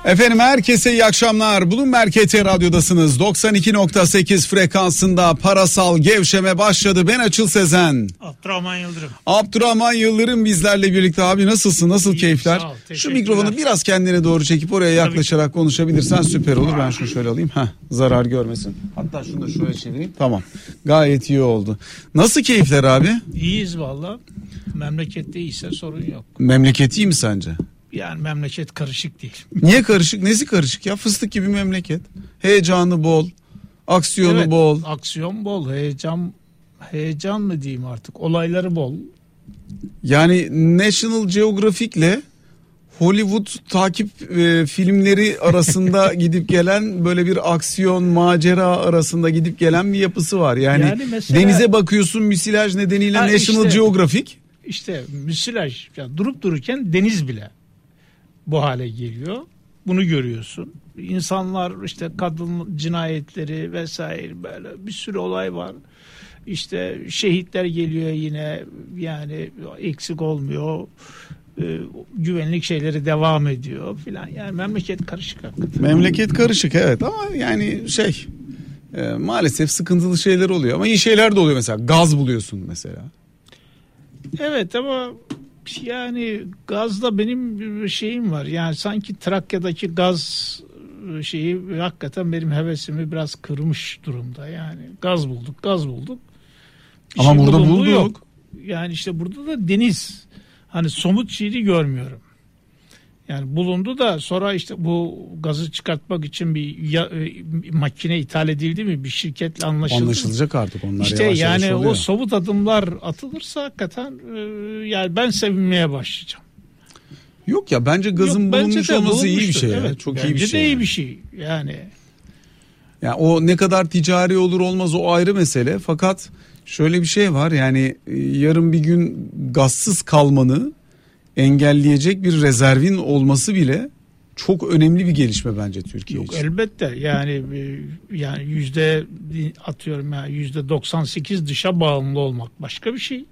Efendim herkese iyi akşamlar. Bloomberg KT Radyo'dasınız. 92.8 frekansında parasal gevşeme başladı. Ben Açıl Sezen. Abdurrahman Yıldırım. Abdurrahman Yıldırım bizlerle birlikte. Abi nasılsın? Nasıl İyi, keyifler? sağ ol, şu mikrofonu biraz kendine doğru çekip oraya yaklaşarak konuşabilirsen süper olur. Ben şunu şöyle alayım. Zarar görmesin. Hatta şunu da şöyle çevireyim. Tamam. Gayet iyi oldu. Nasıl keyifler abi? İyiyiz valla. Memlekette iyiyse sorun yok. Memleket iyi mi sence? Yani memleket karışık değil. Niye karışık? Nesi karışık ya? Fıstık gibi memleket. Heyecanı bol. Aksiyonu bol. Aksiyon bol. Heyecan mı diyeyim artık? Olayları bol. Yani National Geographic'le Hollywood takip filmleri arasında gidip gelen böyle bir aksiyon macera arasında gidip gelen bir yapısı var. Yani mesela, denize bakıyorsun müsilaj nedeniyle National Geographic. İşte müsilaj yani durup dururken deniz bile bu hale geliyor. Bunu görüyorsun. İnsanlar işte kadın cinayetleri vesaire böyle bir sürü olay var. İşte şehitler geliyor yine yani eksik olmuyor. Güvenlik şeyleri devam ediyor filan. Yani memleket karışık hakikaten. Memleket karışık evet ama yani maalesef sıkıntılı şeyler oluyor ama iyi şeyler de oluyor mesela. Gaz buluyorsun mesela. Evet ama yani gazda benim bir şeyim var. Yani sanki Trakya'daki gaz şeyi hakikaten benim hevesimi biraz kırmış durumda. Yani gaz bulduk. Ama şey burada bulduk. Yok. Yani işte burada da deniz. Hani somut şeyi görmüyorum. Yani bulundu da sonra işte bu gazı çıkartmak için bir makine ithal edildi mi? Bir şirketle anlaşıldı. Anlaşılacak artık onlar İşte yavaş yavaş yani oluyor. O somut adımlar atılırsa hakikaten yani ben sevinmeye başlayacağım. Yok ya bence gazın bulunmuş olması iyi bir şey. Evet, çok iyi bir şey. Bence de iyi bir şey. Yani o ne kadar ticari olur olmaz o ayrı mesele. Fakat şöyle bir şey var yani yarın bir gün gazsız kalmanı engelleyecek bir rezervin olması bile çok önemli bir gelişme bence Türkiye için. Elbette yani %98 dışa bağımlı olmak başka bir şey.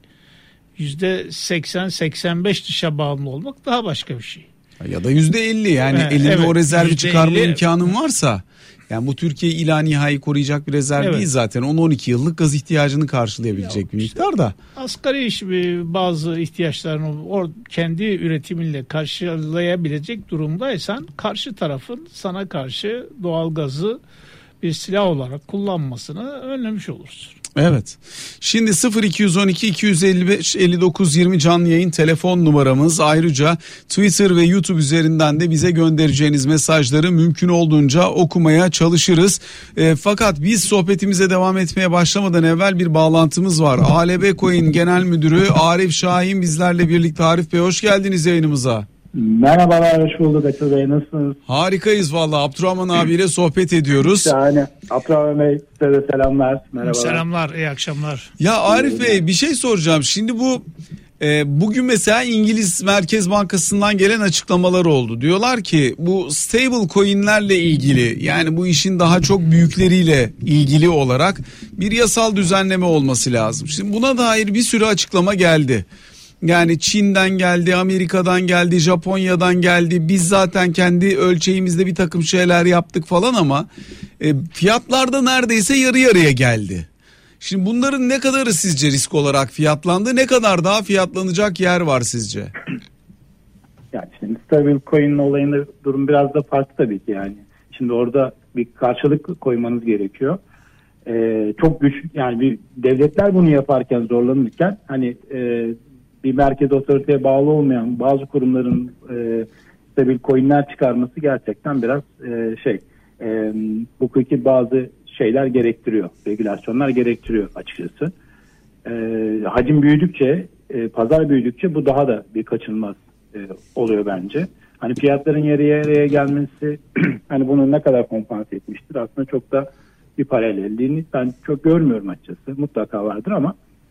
%80-85 dışa bağımlı olmak daha başka bir şey. Ya da %50 yani elinde o rezervi çıkarma imkanın varsa. Yani bu Türkiye ila nihai koruyacak bir rezerv değil zaten. 10-12 yıllık gaz ihtiyacını karşılayabilecek bir miktar da. Asgari bazı ihtiyaçlarını kendi üretiminle karşılayabilecek durumdaysan karşı tarafın sana karşı doğal gazı bir silah olarak kullanmasını önlemiş olursun. Evet. Şimdi 0212 255 59 20 canlı yayın telefon numaramız. Ayrıca Twitter ve YouTube üzerinden de bize göndereceğiniz mesajları mümkün olduğunca okumaya çalışırız. Fakat biz sohbetimize devam etmeye başlamadan evvel bir bağlantımız var. ALB Coin Genel Müdürü Arif Şahin bizlerle birlikte. Arif Bey hoş geldiniz yayınımıza. Merhabalar, hoş bulduk Açıl Bey, nasılsınız? Harikayız vallahi. Abdurrahman abiyle sohbet ediyoruz. Şahane. Abdurrahman Bey size de selamlar. Merhabalar. Selamlar, iyi akşamlar. Ya Arif Bey bir şey soracağım. Şimdi bugün mesela İngiliz Merkez Bankası'ndan gelen açıklamalar oldu. Diyorlar ki bu stable coin'lerle ilgili yani bu işin daha çok büyükleriyle ilgili olarak bir yasal düzenleme olması lazım. Şimdi buna dair bir sürü açıklama geldi. Yani Çin'den geldi, Amerika'dan geldi, Japonya'dan geldi. Biz zaten kendi ölçeğimizde bir takım şeyler yaptık falan ama fiyatlarda neredeyse yarı yarıya geldi. Şimdi bunların ne kadarı sizce risk olarak fiyatlandı? Ne kadar daha fiyatlanacak yer var sizce? Yani şimdi stable coin olayında durum biraz da farklı tabii ki yani. Şimdi orada bir karşılık koymanız gerekiyor. Çok güç yani bir devletler bunu yaparken zorlanırken hani bir merkez otoriteye bağlı olmayan bazı kurumların stabil coinler çıkarması gerçekten biraz hukuki bazı şeyler gerektiriyor. Regülasyonlar gerektiriyor açıkçası. Hacim büyüdükçe, pazar büyüdükçe bu daha da bir kaçınılmaz oluyor bence. Hani fiyatların yarıya gelmesi hani bunu ne kadar kompanse etmiştir aslında çok da bir paralelliğini ben çok görmüyorum açıkçası. Mutlaka vardır ama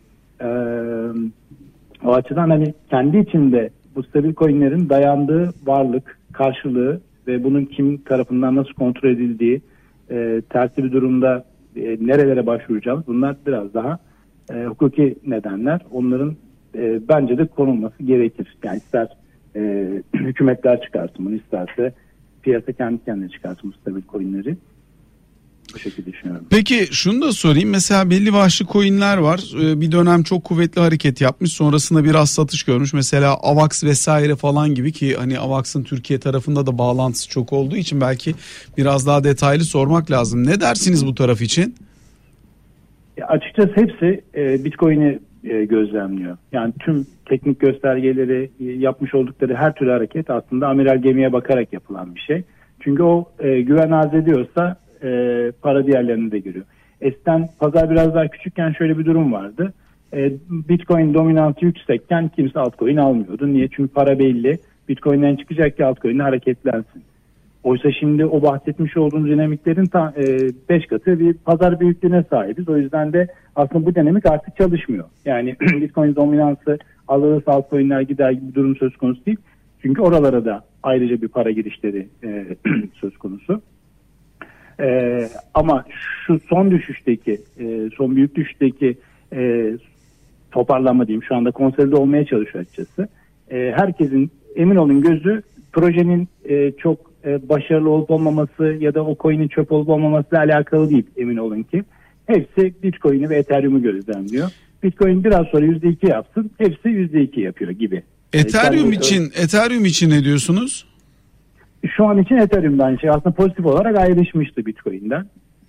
o açıdan hani kendi içinde bu stabil coinlerin dayandığı varlık, karşılığı ve bunun kim tarafından nasıl kontrol edildiği, tersi bir durumda nerelere başvuracağımız bunlar biraz daha hukuki nedenler. Onların bence de konulması gerekir. Yani ister hükümetler çıkarsın bunu, isterse piyasa kendi kendine çıkarsın bu stabil coinleri. Bu şekilde düşünüyorum. Peki şunu da sorayım. Mesela belli başlı coinler var. Bir dönem çok kuvvetli hareket yapmış. Sonrasında biraz satış görmüş. Mesela AVAX vesaire falan gibi ki hani AVAX'ın Türkiye tarafında da bağlantısı çok olduğu için belki biraz daha detaylı sormak lazım. Ne dersiniz bu taraf için? Açıkçası hepsi Bitcoin'i gözlemliyor. Yani tüm teknik göstergeleri, yapmış oldukları her türlü hareket aslında amiral gemiye bakarak yapılan bir şey. Çünkü o güven arz ediyorsa para diğerlerini de görüyor. Eskiden pazar biraz daha küçükken şöyle bir durum vardı. Bitcoin dominantı yüksekken kimse altcoin almıyordu. Niye? Çünkü para belli. Bitcoin'den çıkacak ki altcoin'e hareketlensin. Oysa şimdi o bahsetmiş olduğumuz dinamiklerin 5 katı bir pazar büyüklüğüne sahibiz. O yüzden de aslında bu dinamik artık çalışmıyor. Yani Bitcoin dominansı alırsa altcoin'ler gider gibi bir durum söz konusu değil. Çünkü oralara da ayrıca bir para girişleri söz konusu. Ama şu son düşüşteki, son büyük düşüşteki toparlanma diyeyim, şu anda konsolide olmaya çalışıyor açıkçası. Herkesin emin olun gözü projenin çok başarılı olup olmaması ya da o coin'in çöp olup olmamasıyla alakalı değil, emin olun ki. Hepsi Bitcoin'i ve Ethereum'u gözlemliyor. Bitcoin biraz sonra %2 yapsın, hepsi %2 yapıyor gibi. Ethereum için ne diyorsunuz? Şu an için Ethereum'dan aslında pozitif olarak ayrışmıştı Bitcoin'den.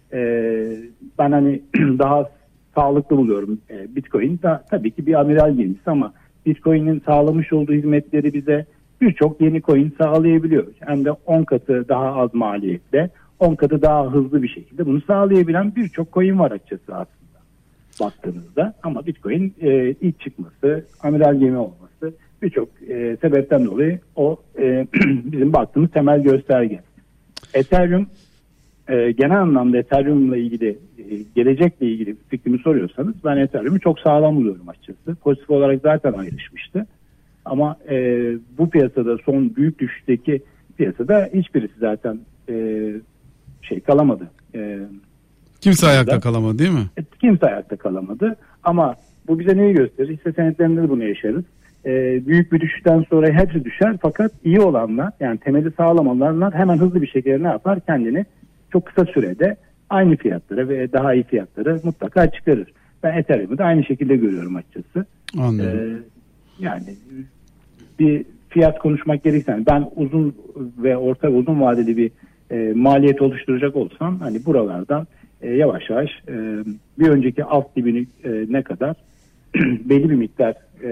Ben hani daha sağlıklı buluyorum Bitcoin. Tabii ki bir amiral gemisi ama Bitcoin'in sağlamış olduğu hizmetleri bize birçok yeni coin sağlayabiliyor. Hem de 10 katı daha az maliyetle, 10 katı daha hızlı bir şekilde bunu sağlayabilen birçok coin var açıkçası aslında baktığınızda. Ama Bitcoin ilk çıkması, amiral gemi olması birçok sebepten dolayı o bizim baktığımız temel gösterge. Ethereum genel anlamda Ethereum'la ilgili gelecekle ilgili fikrimi soruyorsanız ben Ethereum'u çok sağlam buluyorum açıkçası. Pozitif olarak zaten ayrışmıştı. Ama bu piyasada son büyük düşüşteki piyasada hiçbirisi zaten kalamadı. Kimse ayakta kalamadı değil mi? Kimse ayakta kalamadı. Ama bu bize neyi gösterir? Hisse senetlerinde de bunu yaşarız. Büyük bir düşüşten sonra hepsi düşer fakat iyi olanlar, yani temeli sağlam olanlar hemen hızlı bir şekilde ne yapar? Kendini çok kısa sürede aynı fiyatlara ve daha iyi fiyatlara mutlaka çıkarır. Ben Ethereum'u da aynı şekilde görüyorum açıkçası. Anladım. Yani bir fiyat konuşmak gerekirse ben uzun ve orta ve uzun vadeli bir maliyet oluşturacak olsam hani buralardan yavaş yavaş bir önceki alt dibini ne kadar belli bir miktar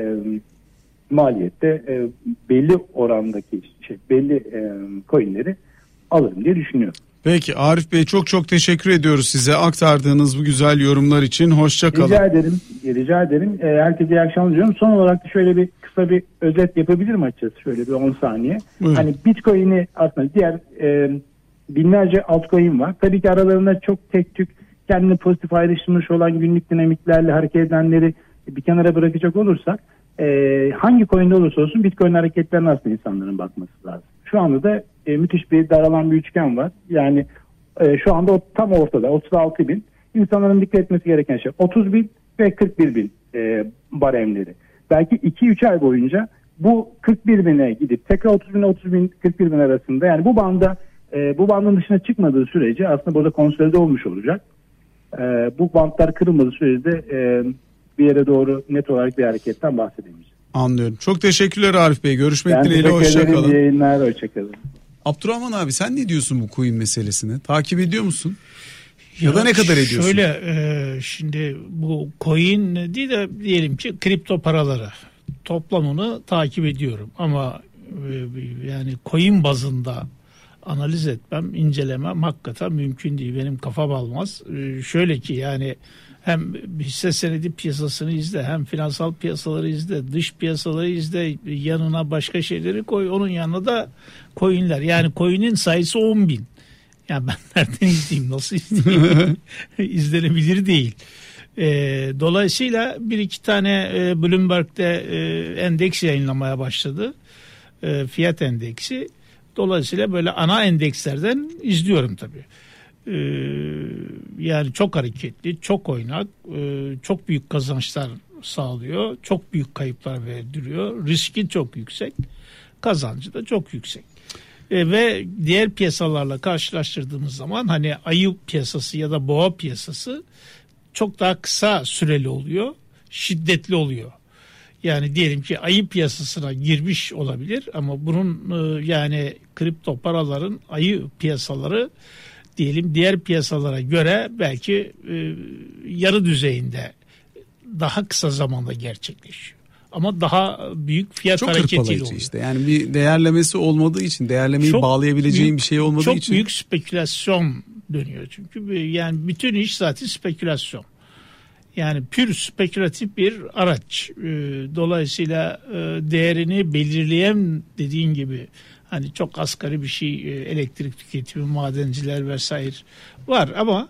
maliyette belli orandaki belli coinleri alırım diye düşünüyorum. Peki Arif Bey, çok çok teşekkür ediyoruz size aktardığınız bu güzel yorumlar için. Hoşça kalın. Rica ederim. Herkese iyi akşamlar diliyorum. Son olarak da şöyle bir kısa bir özet yapabilirim açıkçası. Şöyle bir 10 saniye. Buyurun. Hani Bitcoin'i aslında diğer binlerce altcoin var. Tabii ki aralarında çok tek tük kendini pozitif ayrıştırmış olan günlük dinamiklerle hareket edenleri bir kenara bırakacak olursak hangi coin'de olursa olsun Bitcoin hareketlerine aslında insanların bakması lazım. Şu anda da müthiş bir daralan bir üçgen var. Yani şu anda tam ortada 36 bin. İnsanların dikkat etmesi gereken şey 30 bin ve 41 bin baremleri. Belki 2-3 ay boyunca bu 41 bine gidip tekrar 30 bin 30 bin 41 bin arasında, yani bu bandın dışına çıkmadığı sürece aslında burada konsolide olmuş olacak. Bu bantlar kırılmadığı sürece bir yere doğru net olarak bir hareketten bahsedemeyeceğiz. Anlıyorum. Çok teşekkürler Arif Bey. Görüşmek dileğiyle. Hoşçakalın. İyi yayınlar. Hoşçakalın. Abdurrahman abi, sen ne diyorsun bu coin meselesine? Takip ediyor musun? Ya da ne kadar ediyorsun? Şöyle şimdi bu coin değil de diyelim ki kripto paraları toplamını takip ediyorum. Ama yani coin bazında analiz etmem, incelemem hakikaten mümkün değil. Benim kafam almaz. Şöyle ki yani hem hisse senedi piyasasını izle, hem finansal piyasaları izle, dış piyasaları izle, yanına başka şeyleri koy, onun yanına da coinler. Yani coin'in sayısı 10 bin. Yani ben nereden izleyeyim, nasıl izleyeyim? İzlenebilir değil. Dolayısıyla bir iki tane Bloomberg'de endeks yayınlamaya başladı. Fiyat endeksi. Dolayısıyla böyle ana endekslerden izliyorum tabii. Yani çok hareketli, çok oynak, çok büyük kazançlar sağlıyor, çok büyük kayıplar verdiriyor, riski çok yüksek, kazancı da çok yüksek. Ve diğer piyasalarla karşılaştırdığımız zaman hani ayı piyasası ya da boğa piyasası çok daha kısa süreli oluyor, şiddetli oluyor. Yani diyelim ki ayı piyasasına girmiş olabilir ama bunun yani kripto paraların ayı piyasaları diyelim diğer piyasalara göre belki yarı düzeyinde daha kısa zamanda gerçekleşiyor. Ama daha büyük fiyat çok hareketiyle oluyor. İşte. Yani bir değerlemesi olmadığı için, değerlemeyi çok bağlayabileceğin büyük, bir şey olmadığı çok için. Çok büyük spekülasyon dönüyor çünkü. Yani bütün iş zaten spekülasyon. Yani pür spekülatif bir araç. Dolayısıyla değerini belirleyen dediğin gibi hani çok asgari bir şey elektrik tüketimi, madenciler vesaire var ama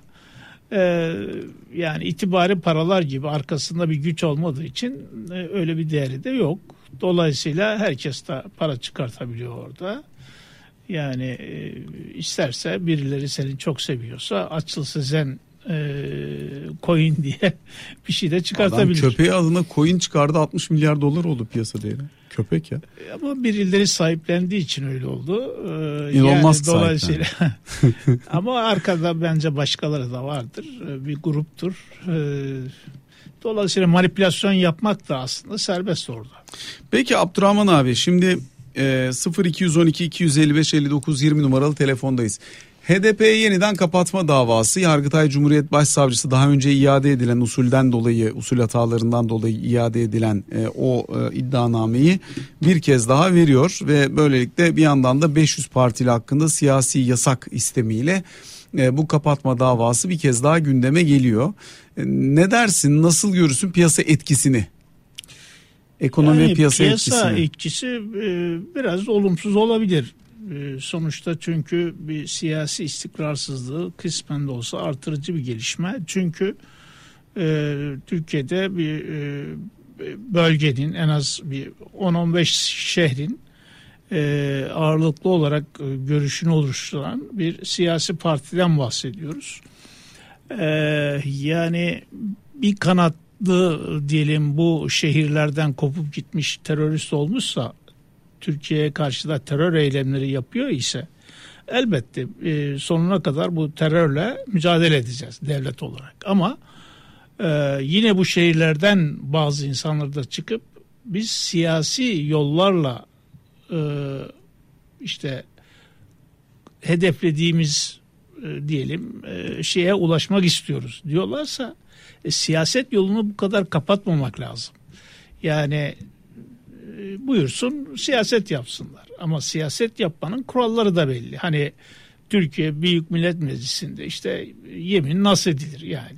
yani itibari paralar gibi arkasında bir güç olmadığı için öyle bir değeri de yok. Dolayısıyla herkes de para çıkartabiliyor orada. Yani isterse birileri seni çok seviyorsa Açıl Sezen coin diye bir şey de çıkartabilir. Adam köpeği adına coin çıkardı, 60 milyar dolar oldu piyasa değeri. Köpek ya. Ama birileri sahiplendiği için öyle oldu. Elon Musk dolayısıyla. Ama arkada bence başkaları da vardır. Bir gruptur. Dolayısıyla manipülasyon yapmak da aslında serbest orada. Peki Abdurrahman abi, şimdi 0212 255 59 20 numaralı telefondayız. HDP'ye yeniden kapatma davası, Yargıtay Cumhuriyet Başsavcısı daha önce iade edilen usulden dolayı, usul hatalarından dolayı iade edilen o iddianameyi bir kez daha veriyor ve böylelikle bir yandan da 500 partili hakkında siyasi yasak istemiyle bu kapatma davası bir kez daha gündeme geliyor. Ne dersin, nasıl görürsün piyasa etkisini? Ekonomi ve piyasa etkisi biraz olumsuz olabilir. Sonuçta çünkü bir siyasi istikrarsızlığı kısmen de olsa artırıcı bir gelişme. Çünkü Türkiye'de bir bölgenin en az bir 10-15 şehrin ağırlıklı olarak görüşünü oluşturan bir siyasi partiden bahsediyoruz. Yani bir kanatlı diyelim bu şehirlerden kopup gitmiş terörist olmuşsa, Türkiye'ye karşı da terör eylemleri yapıyor ise elbette sonuna kadar bu terörle mücadele edeceğiz devlet olarak. Ama yine bu şehirlerden bazı insanlar da çıkıp biz siyasi yollarla işte hedeflediğimiz diyelim şeye ulaşmak istiyoruz diyorlarsa siyaset yolunu bu kadar kapatmamak lazım. Yani buyursun siyaset yapsınlar ama siyaset yapmanın kuralları da belli. Hani Türkiye Büyük Millet Meclisi'nde işte yemin nasıl edilir yani.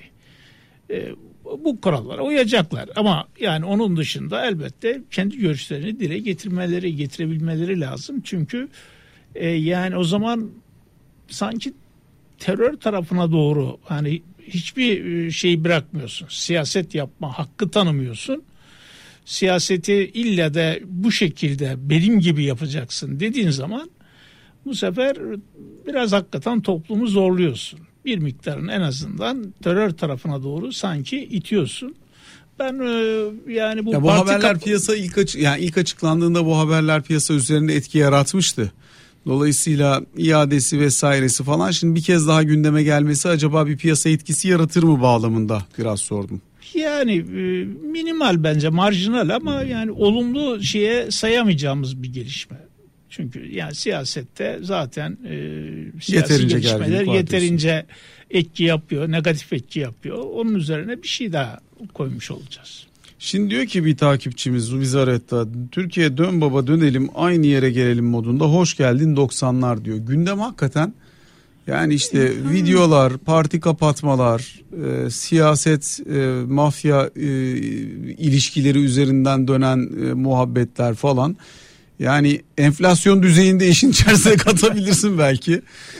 Bu kurallara uyacaklar ama yani onun dışında elbette kendi görüşlerini dile getirebilmeleri lazım. Çünkü yani o zaman sanki terör tarafına doğru hani hiçbir şey bırakmıyorsun. Siyaset yapma hakkı tanımıyorsun. Siyaseti illa da bu şekilde benim gibi yapacaksın dediğin zaman bu sefer biraz hakikaten toplumu zorluyorsun. Bir miktarın en azından terör tarafına doğru sanki itiyorsun. Ben yani bu haberler piyasa ilk açıklandığında bu haberler piyasa üzerinde etki yaratmıştı. Dolayısıyla iadesi vesairesi falan şimdi bir kez daha gündeme gelmesi acaba bir piyasa etkisi yaratır mı bağlamında biraz sordum. Yani minimal bence, marjinal ama yani olumlu şeye sayamayacağımız bir gelişme. Çünkü yani siyasette zaten siyasi gelişmeler yeterince etki yapıyor, negatif etki yapıyor. Onun üzerine bir şey daha koymuş olacağız. Şimdi diyor ki bir takipçimiz Vizaretta, Türkiye dön baba dönelim aynı yere gelelim modunda, hoş geldin 90'lar diyor. Gündem hakikaten yani işte videolar, parti kapatmalar, siyaset, mafya ilişkileri üzerinden dönen muhabbetler falan. Yani enflasyon düzeyinde işin içerisine katabilirsin belki.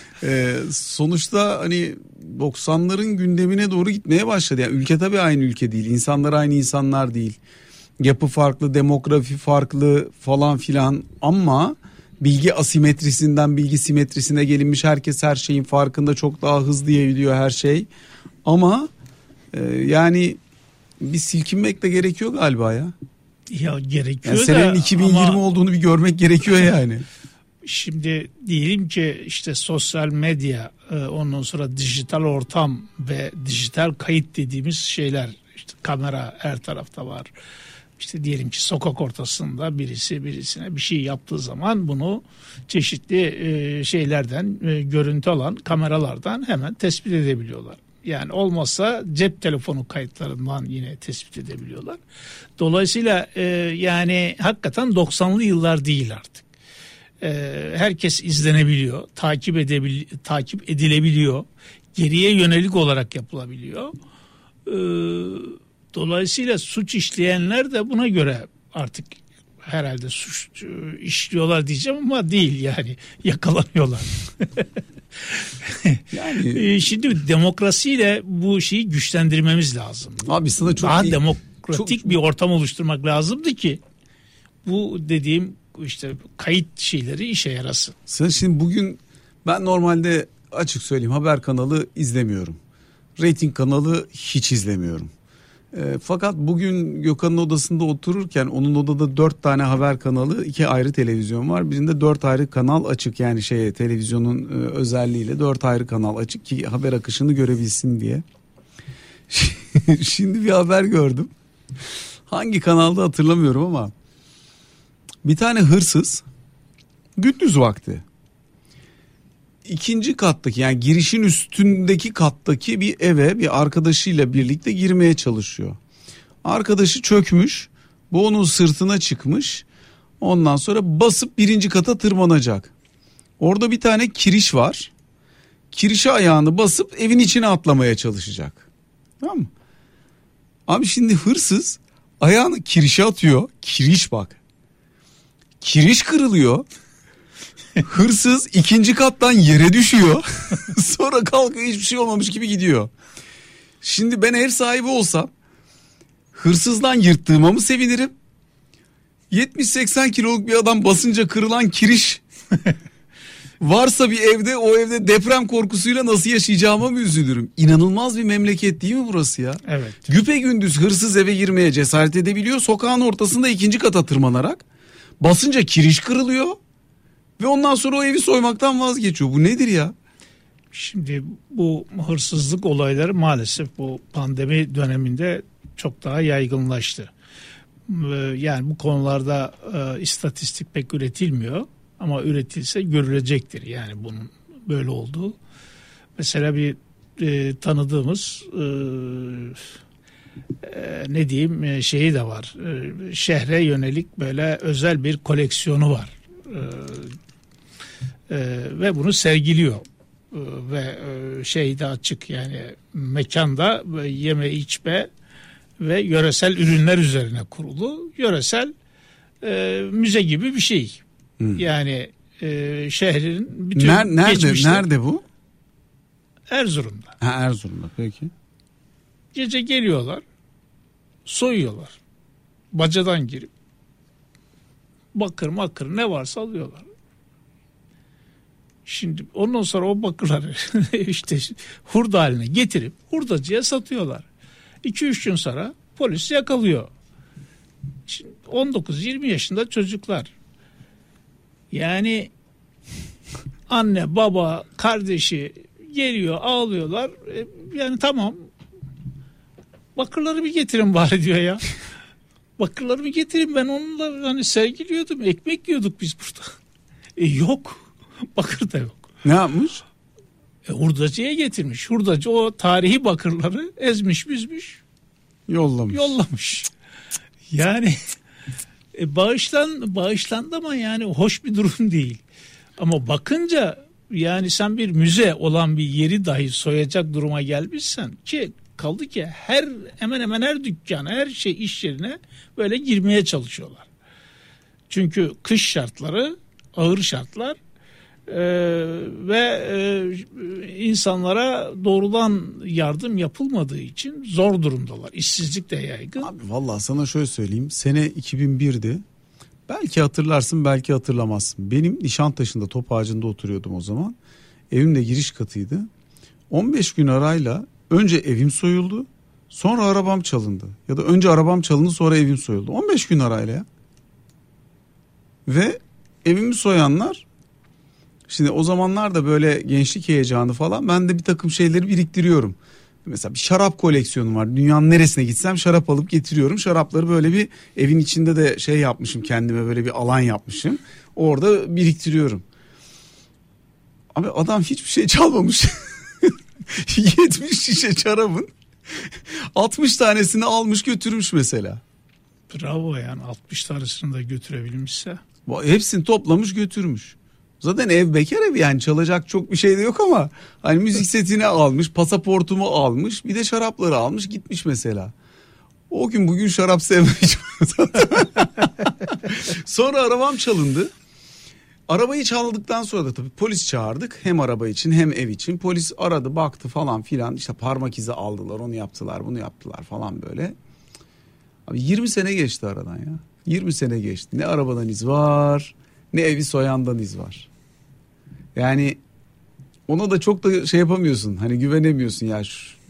Sonuçta hani 90'ların gündemine doğru gitmeye başladı. Yani ülke tabii aynı ülke değil. İnsanlar aynı insanlar değil. Yapı farklı, demografi farklı falan filan ama bilgi asimetrisinden bilgi simetrisine gelinmiş, herkes her şeyin farkında, çok daha hızlı yayılıyor her şey. Ama yani bir silkinmek de gerekiyor galiba ya. Ya gerekiyor yani senenin 2020 olduğunu bir görmek gerekiyor yani. Şimdi diyelim ki işte sosyal medya, ondan sonra dijital ortam ve dijital kayıt dediğimiz şeyler, işte kamera her tarafta var. İşte diyelim ki sokak ortasında birisi birisine bir şey yaptığı zaman bunu çeşitli şeylerden, görüntü alan kameralardan hemen tespit edebiliyorlar. Yani olmazsa cep telefonu kayıtlarından yine tespit edebiliyorlar. Dolayısıyla yani hakikaten 90'lı yıllar değil artık. Herkes izlenebiliyor, takip edilebiliyor, geriye yönelik olarak yapılabiliyor. Dolayısıyla suç işleyenler de buna göre artık herhalde suç işliyorlar diyeceğim ama değil, yani yakalanıyorlar. Yani şimdi demokrasiyle bu şeyi güçlendirmemiz lazım. Abi sana çok daha demokratik bir ortam oluşturmak lazımdı ki bu dediğim işte kayıt şeyleri işe yarasın. Sen şimdi bugün, ben normalde açık söyleyeyim haber kanalı izlemiyorum. Rating kanalı hiç izlemiyorum. Fakat bugün Gökhan'ın odasında otururken, onun odada 4 tane haber kanalı, 2 ayrı televizyon var. Birinde 4 ayrı kanal açık, yani televizyonun özelliğiyle 4 ayrı kanal açık ki haber akışını görebilsin diye. Şimdi bir haber gördüm. Hangi kanalda hatırlamıyorum ama bir tane hırsız gündüz vakti ikinci kattaki, yani girişin üstündeki kattaki bir eve bir arkadaşıyla birlikte girmeye çalışıyor. Arkadaşı çökmüş, bu onun sırtına çıkmış, ondan sonra basıp birinci kata tırmanacak. Orada bir tane kiriş var, kirişe ayağını basıp evin içine atlamaya çalışacak. Tamam mı? Abi şimdi hırsız ayağını kirişe atıyor, kiriş bak, kiriş kırılıyor. Hırsız ikinci kattan yere düşüyor. Sonra kalkıyor, hiçbir şey olmamış gibi gidiyor. Şimdi ben ev sahibi olsam hırsızdan yırttığıma mı sevinirim? 70-80 kiloluk bir adam basınca kırılan kiriş varsa bir evde, o evde deprem korkusuyla nasıl yaşayacağıma mı üzülürüm? İnanılmaz bir memleket değil mi burası ya? Evet. Güpegündüz hırsız eve girmeye cesaret edebiliyor. Sokağın ortasında ikinci kata tırmanarak basınca kiriş kırılıyor. Ve ondan sonra o evi soymaktan vazgeçiyor. Bu nedir ya? Şimdi bu hırsızlık olayları maalesef bu pandemi döneminde çok daha yaygınlaştı. Yani bu konularda istatistik pek üretilmiyor. Ama üretilse görülecektir yani bunun böyle olduğu. Mesela bir tanıdığımız ne diyeyim şeyi de var. Şehre yönelik böyle özel bir koleksiyonu var. Ve bunu sergiliyor ve şeyde açık, yani mekanda yeme içme ve yöresel ürünler üzerine kurulu yöresel müze gibi bir şey. Yani şehrin bütün nerede bu? Erzurum'da. Ha, Erzurum'da, peki. Gece geliyorlar, soyuyorlar, bacadan girip bakır ne varsa alıyorlar. Şimdi ondan sonra o bakırları işte hurda haline getirip hurdacıya satıyorlar. 2-3 gün sonra polis yakalıyor. Şimdi 19-20 yaşında çocuklar. Yani anne, baba, kardeşi geliyor, ağlıyorlar. Yani tamam, bakırları bir getirin bari diyor ya. Bakırları bir getirin, ben onunla hani sergiliyordum, ekmek yiyorduk biz burada. Yok. Bakır da yok. Ne yapmış? Hurdacıya getirmiş. Hurdacı o tarihi bakırları ezmiş, büzmüş. Yollamış. Yani bağışlandı ama yani hoş bir durum değil. Ama bakınca yani sen bir müze olan bir yeri dahi soyacak duruma gelmişsen, ki kaldı ki hemen hemen her dükkana, her iş yerine böyle girmeye çalışıyorlar. Çünkü kış şartları, ağır şartlar ve insanlara doğrudan yardım yapılmadığı için zor durumdalar. İşsizlik de yaygın. Abi vallahi sana şöyle söyleyeyim. Sene 2001'di. Belki hatırlarsın, belki hatırlamazsın. Benim Nişantaşı'nda top ağacında oturuyordum o zaman. Evim de giriş katıydı. 15 gün arayla önce evim soyuldu, sonra arabam çalındı. Ya da önce arabam çalındı, sonra evim soyuldu. 15 gün arayla ya. Ve evimi soyanlar Şimdi o zamanlar da böyle gençlik heyecanı falan, ben de bir takım şeyleri biriktiriyorum. Mesela bir şarap koleksiyonum var. Dünyanın neresine gitsem şarap alıp getiriyorum. Şarapları böyle bir evin içinde de şey yapmışım, kendime böyle bir alan yapmışım. Orada biriktiriyorum. Abi adam hiçbir şey çalmamış. 70 şişe şarabın 60 tanesini almış götürmüş mesela. Bravo, yani 60 tanesini de götürebilmişse. Hepsini toplamış götürmüş. Zaten ev bekar ev, yani çalacak çok bir şey de yok ama hani müzik setini almış, pasaportumu almış, bir de şarapları almış gitmiş mesela. O gün bugün şarap sevmemiş. Sonra arabam çalındı. Arabayı çaldıktan sonra da tabii polis çağırdık. Hem araba için hem ev için. Polis aradı, baktı falan filan. İşte parmak izi aldılar, onu yaptılar, bunu yaptılar falan böyle. Abi 20 sene geçti aradan ya. 20 sene geçti. Ne arabadan iz var, ne evi soyandan iz var. Yani ona da çok da şey yapamıyorsun. Hani güvenemiyorsun ya.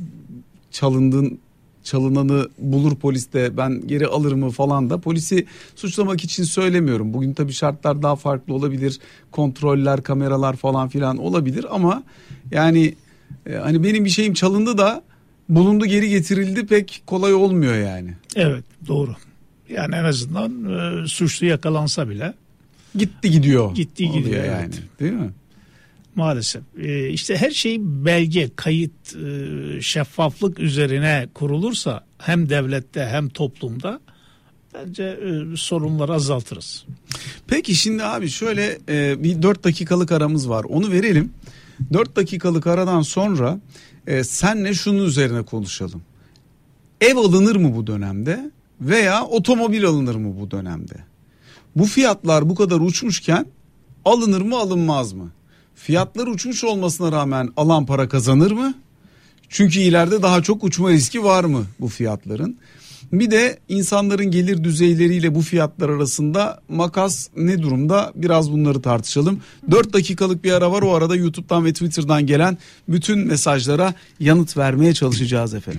Çalınanı bulur polis de, ben geri alır mı falan da. Polisi suçlamak için söylemiyorum. Bugün tabii şartlar daha farklı olabilir. Kontroller, kameralar falan filan olabilir ama yani hani benim bir şeyim çalındı da bulundu, geri getirildi, pek kolay olmuyor yani. Evet, doğru. Yani en azından suçlu yakalansa bile gitti gidiyor. Gitti gidiyor yani. Evet. Değil mi? Maalesef. İşte her şey belge, kayıt, şeffaflık üzerine kurulursa hem devlette hem toplumda bence sorunları azaltırız. Peki şimdi abi şöyle bir 4 dakikalık aramız var. Onu verelim. 4 dakikalık aradan sonra senle şunun üzerine konuşalım. Ev alınır mı bu dönemde veya otomobil alınır mı bu dönemde? Bu fiyatlar bu kadar uçmuşken alınır mı alınmaz mı? Fiyatlar uçmuş olmasına rağmen alan para kazanır mı? Çünkü ileride daha çok uçma riski var mı bu fiyatların? Bir de insanların gelir düzeyleriyle bu fiyatlar arasında makas ne durumda? Biraz bunları tartışalım. 4 dakikalık bir ara var, o arada YouTube'dan ve Twitter'dan gelen bütün mesajlara yanıt vermeye çalışacağız efendim.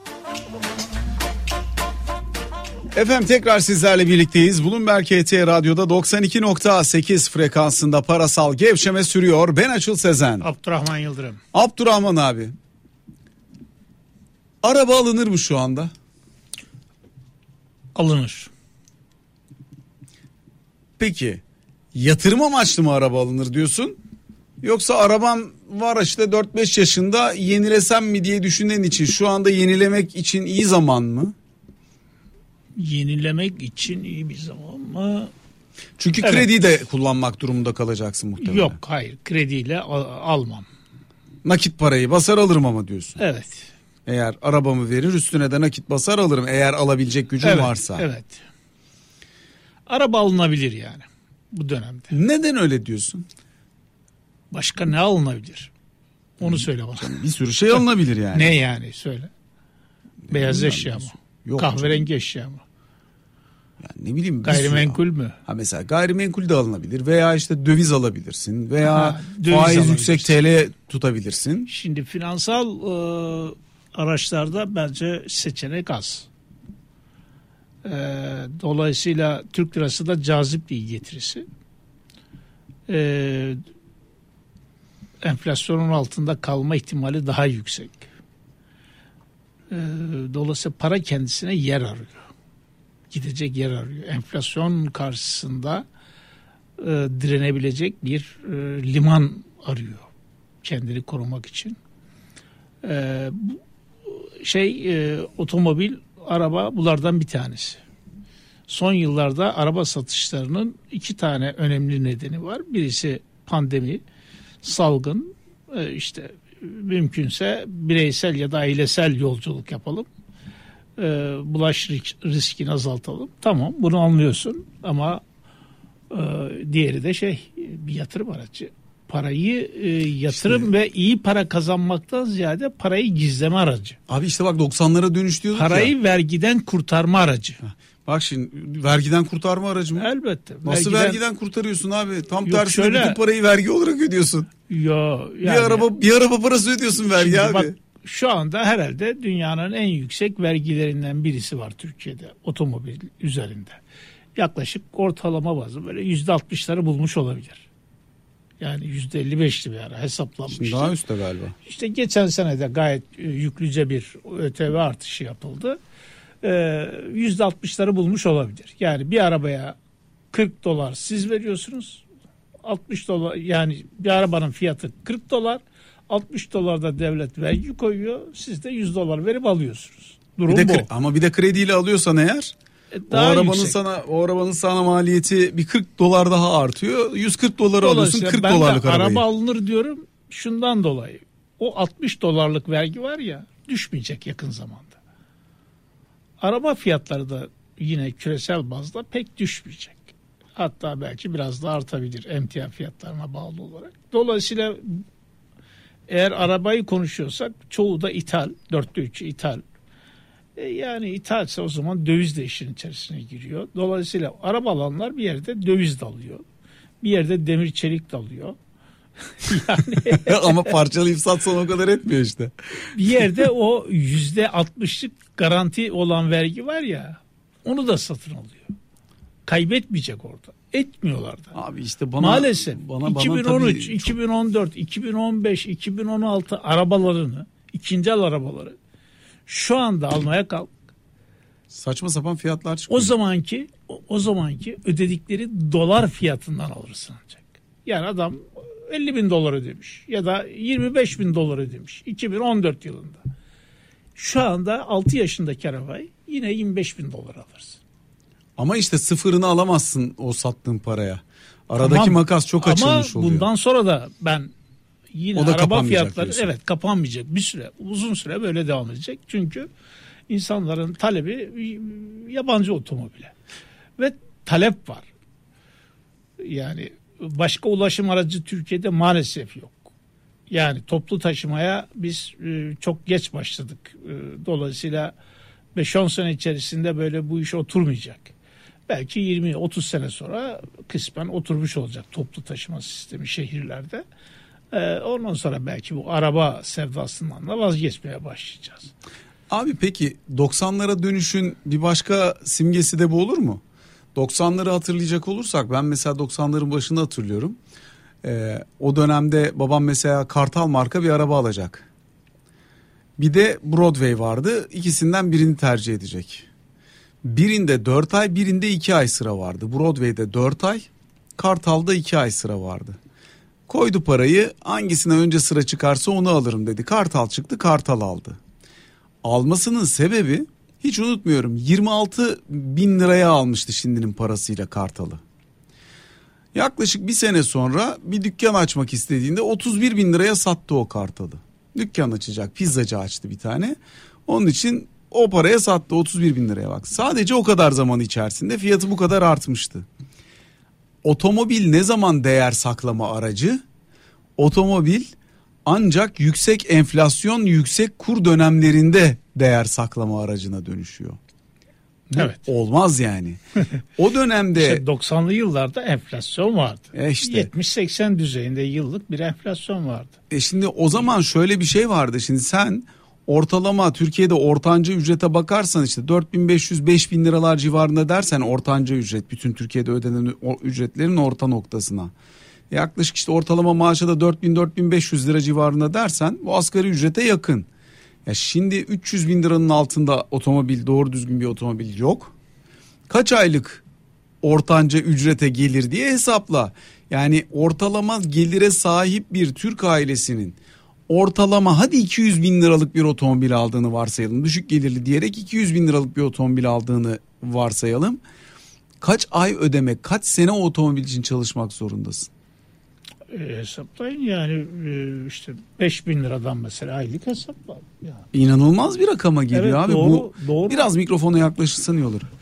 Efendim tekrar sizlerle birlikteyiz. Bloomberg HT Radyo'da 92.8 frekansında parasal gevşeme sürüyor. Ben Açıl Sezen. Abdurrahman Yıldırım. Abdurrahman abi. Araba alınır mı şu anda? Alınır. Peki yatırım amaçlı mı araba alınır diyorsun? Yoksa arabam var işte 4-5 yaşında, yenilesem mi diye düşünen için şu anda yenilemek için iyi zaman mı? Yenilemek için iyi bir zaman mı? Çünkü Evet. krediyi de kullanmak durumunda kalacaksın muhtemelen. Yok, hayır, krediyle almam. Nakit parayı basar alırım ama diyorsun. Evet. Eğer arabamı verir üstüne de nakit basar alırım, eğer alabilecek gücüm varsa. Evet. Araba alınabilir yani bu dönemde. Neden öyle diyorsun? Başka ne alınabilir? Onu söyle bana. Bir sürü şey alınabilir yani. Ne yani, söyle. Beyaz eşya mı? Yok Kahverengi eşya mı? Yani ne bileyim. Gayrimenkul mü? Ha mesela gayrimenkul de alınabilir veya işte döviz alabilirsin veya döviz faiz yüksek alabilirsin. TL tutabilirsin. Şimdi finansal araçlarda bence seçenek az. Dolayısıyla Türk lirası da cazip değil getirisi. Enflasyonun altında kalma ihtimali daha yüksek. Dolayısıyla para kendisine yer arıyor. Gidecek yer arıyor. Enflasyon karşısında direnebilecek bir liman arıyor kendini korumak için. Otomobil, araba bunlardan bir tanesi. Son yıllarda araba satışlarının 2 tane önemli nedeni var. Birisi pandemi, salgın, işte mümkünse bireysel ya da ailesel yolculuk yapalım. Bulaş riskini azaltalım. Tamam, bunu anlıyorsun ama diğeri de bir yatırım aracı. Parayı yatırım işte, ve iyi para kazanmaktan ziyade parayı gizleme aracı. Abi işte bak 90'lara dönüş diyorduk parayı ya. Vergiden kurtarma aracı. Bak şimdi vergiden kurtarma aracı mı? Elbette. Nasıl vergiden kurtarıyorsun abi? Tam Yok, tersine şöyle, bütün parayı vergi olarak ödüyorsun. Yani, bir araba parası ödüyorsun vergi abi. Bak, şu anda herhalde dünyanın en yüksek vergilerinden birisi var Türkiye'de otomobil üzerinde. Yaklaşık ortalama bazı böyle %60'ları bulmuş olabilir. Yani %55'ti bir ara hesaplanmıştı. Şimdi daha üstte galiba. İşte geçen sene de gayet yüklüce bir ÖTV artışı yapıldı. %60'ları bulmuş olabilir. Yani bir arabaya $40 siz veriyorsunuz. $60, yani bir arabanın fiyatı $40. $60 da devlet vergi koyuyor. Siz de $100 verip alıyorsunuz. Durum bu. Ama bir de krediyle alıyorsan eğer o arabanın sana maliyeti bir $40 daha artıyor. $140 alıyorsun, $40 arabayı. Araba alınır diyorum şundan dolayı. O $60 vergi var ya, düşmeyecek yakın zamanda. Araba fiyatları da yine küresel bazda pek düşmeyecek. Hatta belki biraz da artabilir emtia fiyatlarına bağlı olarak. Dolayısıyla eğer arabayı konuşuyorsak çoğu da ithal. 4'te 3'ü ithal. Yani ithalse o zaman döviz de işin içerisine giriyor. Dolayısıyla araba alanlar bir yerde döviz de alıyor. Bir yerde demir çelik de alıyor. Yani ama parçalayıp satsan o kadar etmiyor işte. Bir yerde o %60'lık garanti olan vergi var ya, onu da satın alıyor. Kaybetmeyecek orada. Etmiyorlar da. Abi işte maalesef 2013, tabii 2014, 2015, 2016 arabalarını, ikinci el arabaları şu anda almaya kalk. Saçma sapan fiyatlar çıkıyor. O zamanki ödedikleri dolar fiyatından alırsın ancak. Yani adam $50.000 ödemiş ya da $25.000 ödemiş 2014 yılında. Şu anda 6 yaşındaki arabayı yine $25.000 alırsın. Ama işte sıfırını alamazsın o sattığın paraya. Aradaki makas çok açılmış oluyor. Ama bundan sonra da ben yine o da araba fiyatları diyorsun. Kapanmayacak bir süre, uzun süre böyle devam edecek. Çünkü insanların talebi yabancı otomobile ve talep var. Yani başka ulaşım aracı Türkiye'de maalesef yok. Yani toplu taşımaya biz çok geç başladık. Dolayısıyla 5-10 sene içerisinde böyle bu iş oturmayacak. Belki 20-30 sene sonra kısmen oturmuş olacak toplu taşıma sistemi şehirlerde. Ondan sonra belki bu araba sevdasından da vazgeçmeye başlayacağız. Abi peki 90'lara dönüşün bir başka simgesi de bu olur mu? 90'ları hatırlayacak olursak ben mesela 90'ların başını hatırlıyorum. O dönemde babam mesela Kartal marka bir araba alacak. Bir de Broadway vardı. İkisinden birini tercih edecek. Birinde 4 ay, birinde 2 ay sıra vardı. Broadway'de 4 ay, Kartal'da 2 ay sıra vardı. Koydu parayı, hangisine önce sıra çıkarsa onu alırım dedi. Kartal çıktı, Kartal aldı. Almasının sebebi, hiç unutmuyorum, 26.000 liraya almıştı şimdinin parasıyla Kartal'ı. Yaklaşık bir sene sonra bir dükkan açmak istediğinde 31.000 liraya sattı o Kartal'ı. Dükkan açacak, pizzacı açtı bir tane. Onun için o paraya sattı, 31.000 liraya bak. Sadece o kadar zaman içerisinde fiyatı bu kadar artmıştı. Otomobil ne zaman değer saklama aracı? Otomobil ancak yüksek enflasyon, yüksek kur dönemlerinde değer saklama aracına dönüşüyor. Evet. Olmaz yani. O dönemde işte 90'lı yıllarda enflasyon vardı. İşte 70-80 düzeyinde yıllık bir enflasyon vardı. Şimdi o zaman şöyle bir şey vardı. Şimdi sen ortalama Türkiye'de ortanca ücrete bakarsan işte 4.500-5.000 liralar civarında dersen ortanca ücret, bütün Türkiye'de ödenen ücretlerin orta noktasına. Yaklaşık işte ortalama maaşa da 4.000-4.500 lira civarında dersen bu asgari ücrete yakın. Ya şimdi 300.000 liranın altında otomobil, doğru düzgün bir otomobil yok. Kaç aylık ortanca ücrete gelir diye hesapla. Yani ortalama gelire sahip bir Türk ailesinin ortalama hadi 200.000 liralık bir otomobil aldığını varsayalım. Düşük gelirli diyerek 200.000 liralık bir otomobil aldığını varsayalım. Kaç ay ödemek, kaç sene o otomobil için çalışmak zorundasın? Hesaplayın yani işte 5.000 liradan mesela aylık hesaplar. Yani. İnanılmaz bir rakama geliyor evet, abi. Doğru. Biraz mikrofona yaklaşırsan iyi olur.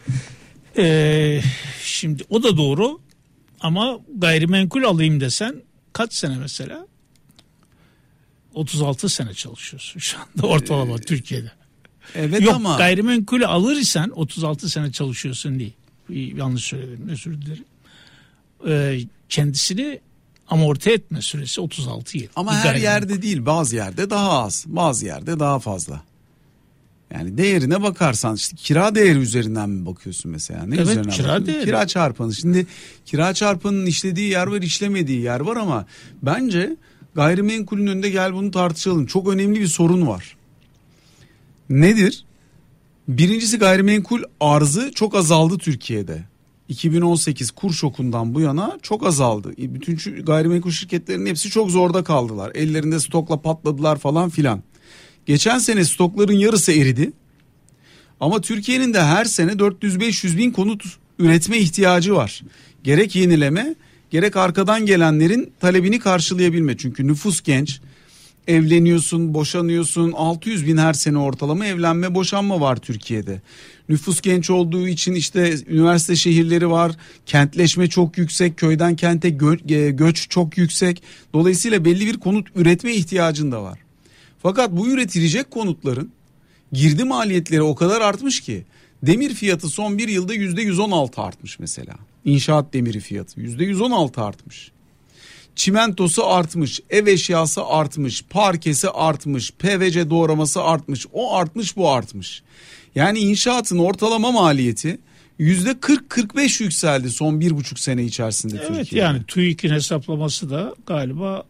Şimdi o da doğru ama gayrimenkul alayım desen kaç sene mesela? 36 sene çalışıyorsun şu anda ortalama Türkiye'de. Evet. Yok, ama gayrimenkulü alırsan 36 sene çalışıyorsun değil. Yanlış söyledim, özür dilerim. Kendisini amorti etme süresi 36 yıl. Ama her yerde değil, bazı yerde daha az, bazı yerde daha fazla. Yani değerine bakarsan işte kira değeri üzerinden mi bakıyorsun mesela? Ne evet, üzerinden kira değeri. Kira çarpanı. Şimdi kira çarpanının işlediği yer var, işlemediği yer var ama bence gayrimenkulün önünde gel bunu tartışalım. Çok önemli bir sorun var. Nedir? Birincisi gayrimenkul arzı çok azaldı Türkiye'de. 2018 kur şokundan bu yana çok azaldı. Bütün gayrimenkul şirketlerinin hepsi çok zorda kaldılar. Ellerinde stokla patladılar falan filan. Geçen sene stokların yarısı eridi. Ama Türkiye'nin de her sene 400-500 bin konut üretme ihtiyacı var. Gerek yenileme, gerek arkadan gelenlerin talebini karşılayabilme. Çünkü nüfus genç. Evleniyorsun, boşanıyorsun. 600 bin her sene ortalama evlenme, boşanma var Türkiye'de. Nüfus genç olduğu için işte üniversite şehirleri var. Kentleşme çok yüksek. Köyden kente göç çok yüksek. Dolayısıyla belli bir konut üretme ihtiyacın da var. Fakat bu üretilecek konutların girdi maliyetleri o kadar artmış ki demir fiyatı son bir yılda %116 artmış mesela. İnşaat demiri fiyatı %116 artmış. Çimentosu artmış, ev eşyası artmış, parkesi artmış, PVC doğraması artmış, o artmış, bu artmış. Yani inşaatın ortalama maliyeti %40-45 yükseldi son 1,5 sene içerisinde evet, Türkiye'de. Evet, yani TÜİK'in hesaplaması da galiba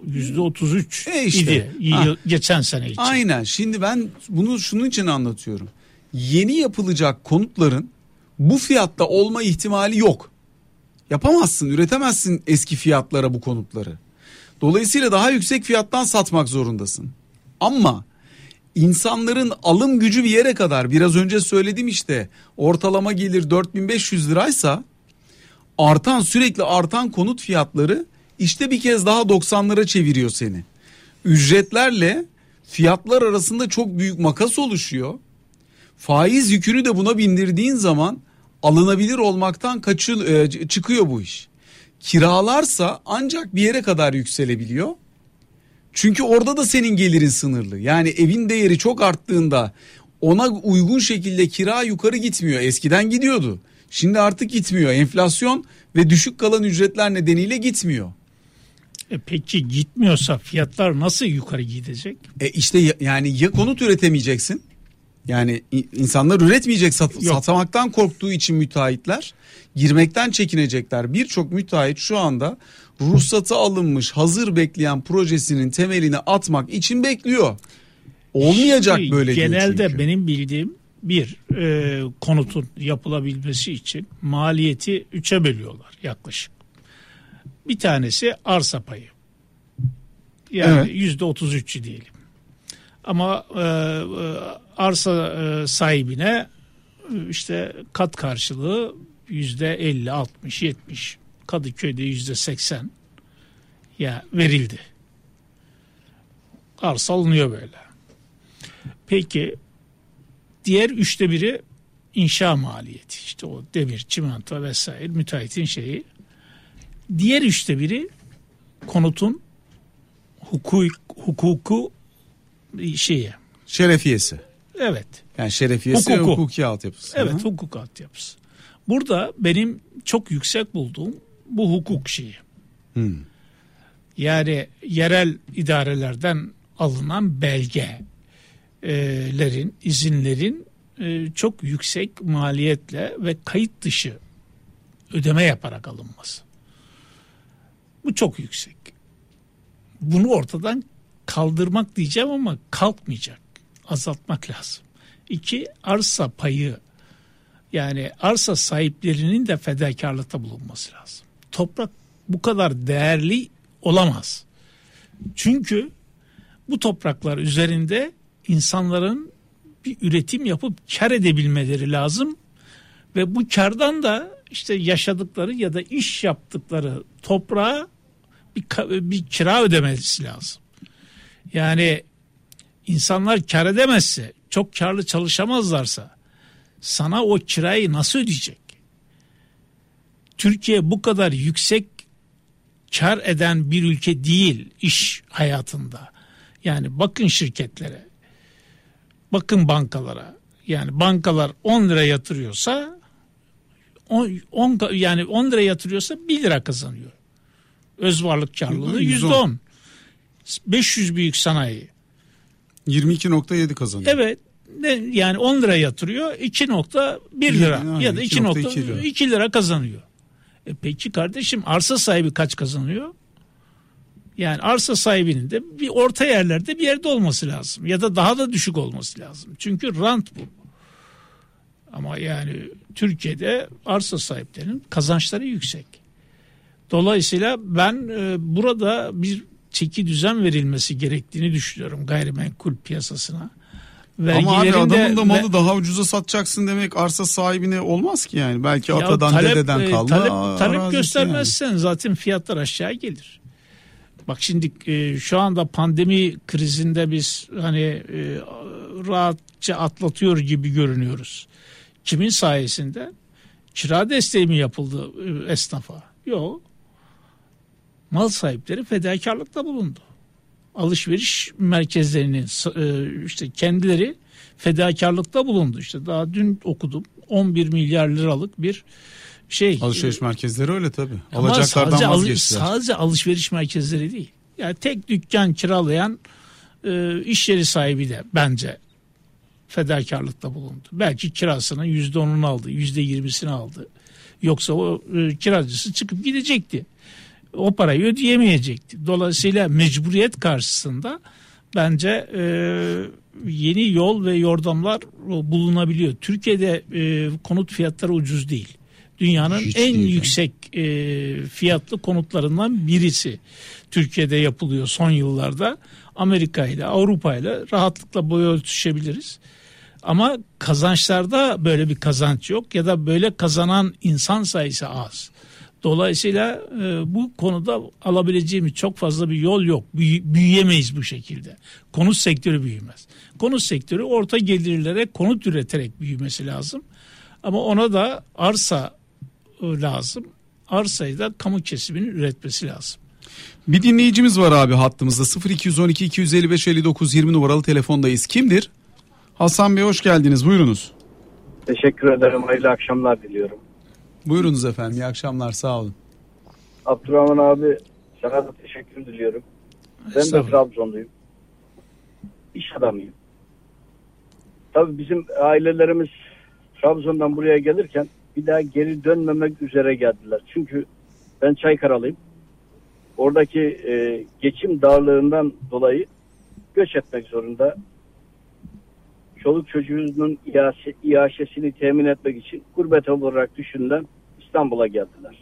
%33 işte, idi geçen sene için. Aynen. Şimdi ben bunu şunun için anlatıyorum. Yeni yapılacak konutların bu fiyatta olma ihtimali yok. Yapamazsın, üretemezsin eski fiyatlara bu konutları. Dolayısıyla daha yüksek fiyattan satmak zorundasın. Ama insanların alım gücü bir yere kadar, biraz önce söyledim işte, ortalama gelir 4.500 liraysa sürekli artan konut fiyatları işte bir kez daha 90'lara çeviriyor seni. Ücretlerle fiyatlar arasında çok büyük makas oluşuyor. Faiz yükünü de buna bindirdiğin zaman alınabilir olmaktan çıkıyor bu iş. Kiralarsa ancak bir yere kadar yükselebiliyor. Çünkü orada da senin gelirin sınırlı. Yani evin değeri çok arttığında ona uygun şekilde kira yukarı gitmiyor. Eskiden gidiyordu. Şimdi artık gitmiyor. Enflasyon ve düşük kalan ücretler nedeniyle gitmiyor. Peki gitmiyorsa fiyatlar nasıl yukarı gidecek? İşte yani ya konut üretemeyeceksin. Yani insanlar üretmeyecek, satmaktan korktuğu için müteahhitler girmekten çekinecekler. Birçok müteahhit şu anda ruhsatı alınmış, hazır bekleyen projesinin temelini atmak için bekliyor. Olmayacak şimdi böyle diyor çünkü. Genelde benim bildiğim bir konutun yapılabilmesi için maliyeti 3'e bölüyorlar yaklaşık. Bir tanesi arsa payı. Yani evet, %33'ü diyelim. Ama arsa sahibine işte kat karşılığı %50, 60, 70, Kadıköy'de %80 ya verildi. Arsa alınıyor böyle. Peki diğer 1/3'ü inşa maliyeti. İşte o demir, çimento vesaire müteahhitin şeyi. Diğer 1/3'ü konutun hukuku şeyi. Şerefiyesi. Evet. Yani şerefiyesi ve hukuki altyapısı. Evet, hukuk altyapısı. Burada benim çok yüksek bulduğum bu hukuk şeyi. Yani yerel idarelerden alınan belgelerin, izinlerin çok yüksek maliyetle ve kayıt dışı ödeme yaparak alınması. Bu çok yüksek. Bunu ortadan kaldırmak diyeceğim ama kalkmayacak. Azaltmak lazım. 2, arsa payı. Yani arsa sahiplerinin de fedakarlıkta bulunması lazım. Toprak bu kadar değerli olamaz. Çünkü bu topraklar üzerinde insanların bir üretim yapıp kar edebilmeleri lazım. Ve bu kardan da işte yaşadıkları ya da iş yaptıkları toprağa bir kira ödemesi lazım. Yani insanlar kar edemezse, çok karlı çalışamazlarsa sana o kirayı nasıl ödeyecek? Türkiye bu kadar yüksek kar eden bir ülke değil iş hayatında. Yani bakın şirketlere, bakın bankalara. Yani bankalar 10 lira yatırıyorsa 10 lira yatırıyorsa 1 lira kazanıyor. Öz varlık karlılığı %10. 500 büyük sanayi 22.7 kazanıyor. Evet. yani 10 lira yatırıyor, 2.1 lira Yani ya da 2.2 lira kazanıyor. Peki kardeşim, arsa sahibi kaç kazanıyor? Yani arsa sahibinin de bir orta yerlerde bir yerde olması lazım ya da daha da düşük olması lazım. Çünkü rant bu. Ama yani Türkiye'de arsa sahiplerinin kazançları yüksek. Dolayısıyla ben burada bir çeki düzen verilmesi gerektiğini düşünüyorum gayrimenkul piyasasına. Ama abi adamın da malı daha ucuza satacaksın demek arsa sahibine olmaz ki yani. Belki atadan dededen kalma. Talep göstermezsen yani zaten fiyatlar aşağı gelir. Bak şimdi şu anda pandemi krizinde biz hani rahatça atlatıyor gibi görünüyoruz. Kimin sayesinde? Kira desteği mi yapıldı esnafa? Yok. Mal sahipleri fedakarlıkta bulundu. Alışveriş merkezlerinin işte kendileri fedakarlıkta bulundu. İşte daha dün okudum, 11 milyar liralık bir şey. Alışveriş merkezleri öyle tabii. Alacaklardan vazgeçtiler. Sadece alışveriş merkezleri değil. Yani tek dükkan kiralayan iş yeri sahibi de bence fedakarlıkta bulundu. Belki kirasının %10'unu aldı, %20'sini aldı. Yoksa o kiracısı çıkıp gidecekti. O parayı ödeyemeyecekti. Dolayısıyla mecburiyet karşısında bence yeni yol ve yordamlar bulunabiliyor. Türkiye'de konut fiyatları ucuz değil. Dünyanın hiç en değil yüksek fiyatlı konutlarından birisi Türkiye'de yapılıyor son yıllarda. Amerika ile Avrupa ile rahatlıkla boy ölçüşebiliriz. Ama kazançlarda böyle bir kazanç yok ya da böyle kazanan insan sayısı az. Dolayısıyla bu konuda alabileceğimiz çok fazla bir yol yok. Büyüyemeyiz bu şekilde. Konut sektörü büyümez. Konut sektörü orta gelirlere konut üreterek büyümesi lazım. Ama ona da arsa lazım. Arsayı da kamu kesiminin üretmesi lazım. Bir dinleyicimiz var abi hattımızda. 0212 255 59 20 numaralı telefondayız. Kimdir? Hasan Bey hoş geldiniz. Buyurunuz. Teşekkür ederim. Hayırlı akşamlar diliyorum. Buyurunuz efendim. İyi akşamlar. Sağ olun. Abdurrahman abi, sana da teşekkür diliyorum. Ben de Trabzonluyum. İş adamıyım. Tabii bizim ailelerimiz Trabzon'dan buraya gelirken bir daha geri dönmemek üzere geldiler. Çünkü ben Çaykaralıyım. Oradaki geçim darlığından dolayı göç etmek zorunda. Çoluk çocuğunun iaşesini temin etmek için gurbet olarak düşünülen İstanbul'a geldiler.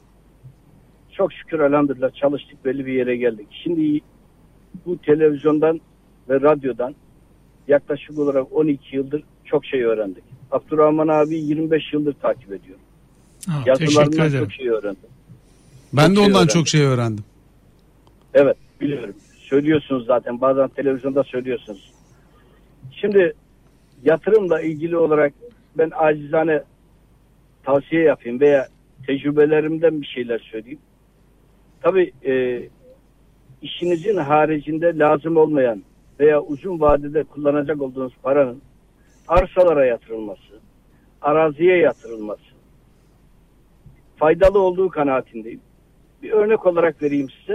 Çok şükür elhamdülillah çalıştık, belli bir yere geldik. Şimdi bu televizyondan ve radyodan yaklaşık olarak 12 yıldır çok şey öğrendik. Abdurrahman abi 25 yıldır takip ediyorum. Yazılarından çok şey öğrendim. Ben de ondan çok şey öğrendim. Evet, biliyorum. Söylüyorsunuz zaten, bazen televizyonda söylüyorsunuz. Şimdi yatırımla ilgili olarak ben acizane tavsiye yapayım veya tecrübelerimden bir şeyler söyleyeyim. Tabii işinizin haricinde lazım olmayan veya uzun vadede kullanacak olduğunuz paranın arsalara yatırılması, araziye yatırılması faydalı olduğu kanaatindeyim. Bir örnek olarak vereyim size.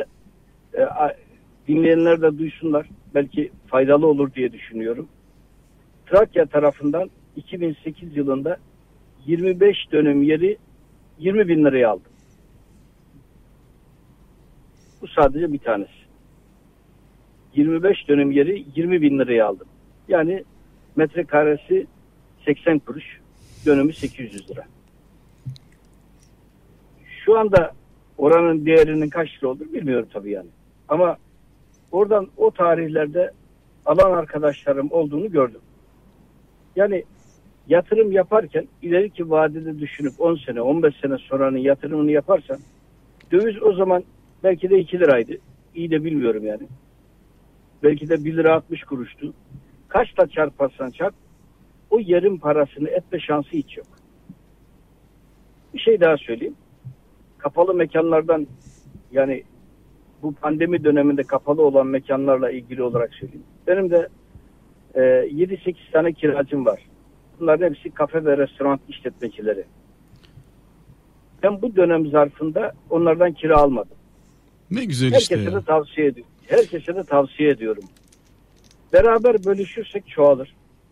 Dinleyenler de duysunlar. Belki faydalı olur diye düşünüyorum. Trakya tarafından 2008 yılında 25 dönüm yeri 20 bin liraya aldım. Bu sadece bir tanesi. 25 dönüm yeri 20 bin liraya aldım. Yani metrekaresi 80 kuruş, dönümü 800 lira. Şu anda oranın değerinin kaç lira olur bilmiyorum tabii yani. Ama oradan o tarihlerde alan arkadaşlarım olduğunu gördüm. Yani yatırım yaparken ileriki vadede düşünüp 10 sene 15 sene sonranın yatırımını yaparsan döviz o zaman belki de 2 liraydı. İyi de bilmiyorum yani. Belki de 1 lira 60 kuruştu. Kaçla çarparsan çarp o yerin parasını etme şansı hiç yok. Bir şey daha söyleyeyim. Kapalı mekanlardan yani bu pandemi döneminde kapalı olan mekanlarla ilgili olarak söyleyeyim. Benim de 7-8 tane kiracım var. Bunların hepsi kafe ve restoran işletmecileri. Ben bu dönem zarfında onlardan kira almadım. Ne güzel Herkese işte de tavsiye ediyorum. Herkese de tavsiye ediyorum. Beraber bölüşürsek çoğalır.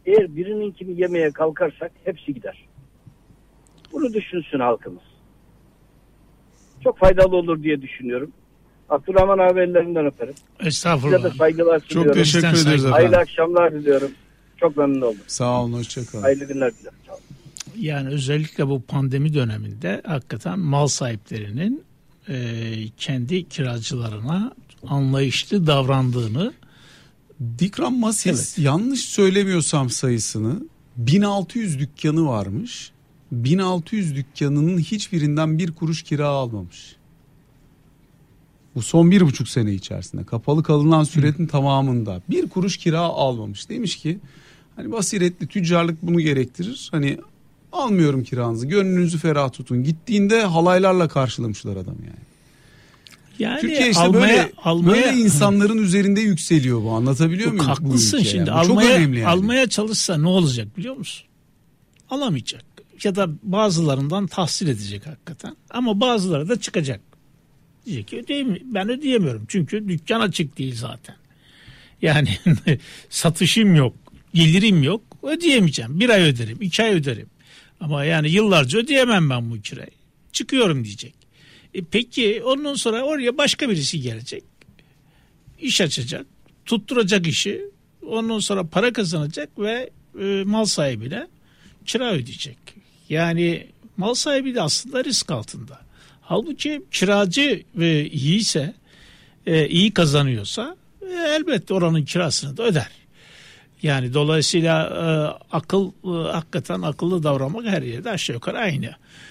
Eğer birininkini yemeye kalkarsak hepsi gider. Bunu düşünsün halkımız. Çok faydalı olur diye düşünüyorum. Abdurrahman abi ellerinden öperim. Estağfurullah. Size de saygılar sunuyorum. Çok teşekkür ederiz efendim. Hayırlı akşamlar diliyorum. Çok memnun oldum. Sağ olun, hoşçakalın. Hayırlı günler dilerim. Sağ olun. Yani özellikle bu pandemi döneminde hakikaten mal sahiplerinin kendi kiracılarına anlayışlı davrandığını. Dikram Masis, yanlış söylemiyorsam sayısını, 1600 dükkanı varmış. 1600 dükkanının hiçbirinden bir kuruş kira almamış. Bu son 1,5 sene içerisinde kapalı kalınan sürenin tamamında bir kuruş kira almamış. Demiş ki hani basiretli tüccarlık bunu gerektirir. Hani almıyorum kiranızı, gönlünüzü ferah tutun. Gittiğinde halaylarla karşılamışlar adam yani. Yani Türkiye işte böyle insanların üzerinde yükseliyor bu. Anlatabiliyor muyum? Haklısın bu şimdi. Yani. Çok önemli yani. Almaya çalışsa ne olacak biliyor musun? Alamayacak. Ya da bazılarından tahsil edecek hakikaten. Ama bazıları da çıkacak. Diyecek ki ben ödeyemiyorum. Çünkü dükkan açık değil zaten. Yani satışım yok, gelirim yok, ödeyemeyeceğim. 1 ay öderim, 2 ay öderim. Ama yani yıllarca ödeyemem ben bu kirayı. Çıkıyorum diyecek. Peki ondan sonra oraya başka birisi gelecek. İş açacak, tutturacak işi. Ondan sonra para kazanacak ve mal sahibine kira ödeyecek. Yani mal sahibi de aslında risk altında. Halbuki kiracı iyiyse, iyi kazanıyorsa elbette oranın kirasını da öder. Yani dolayısıyla hakikaten akıllı davranmak her yerde aşağı yukarı aynı.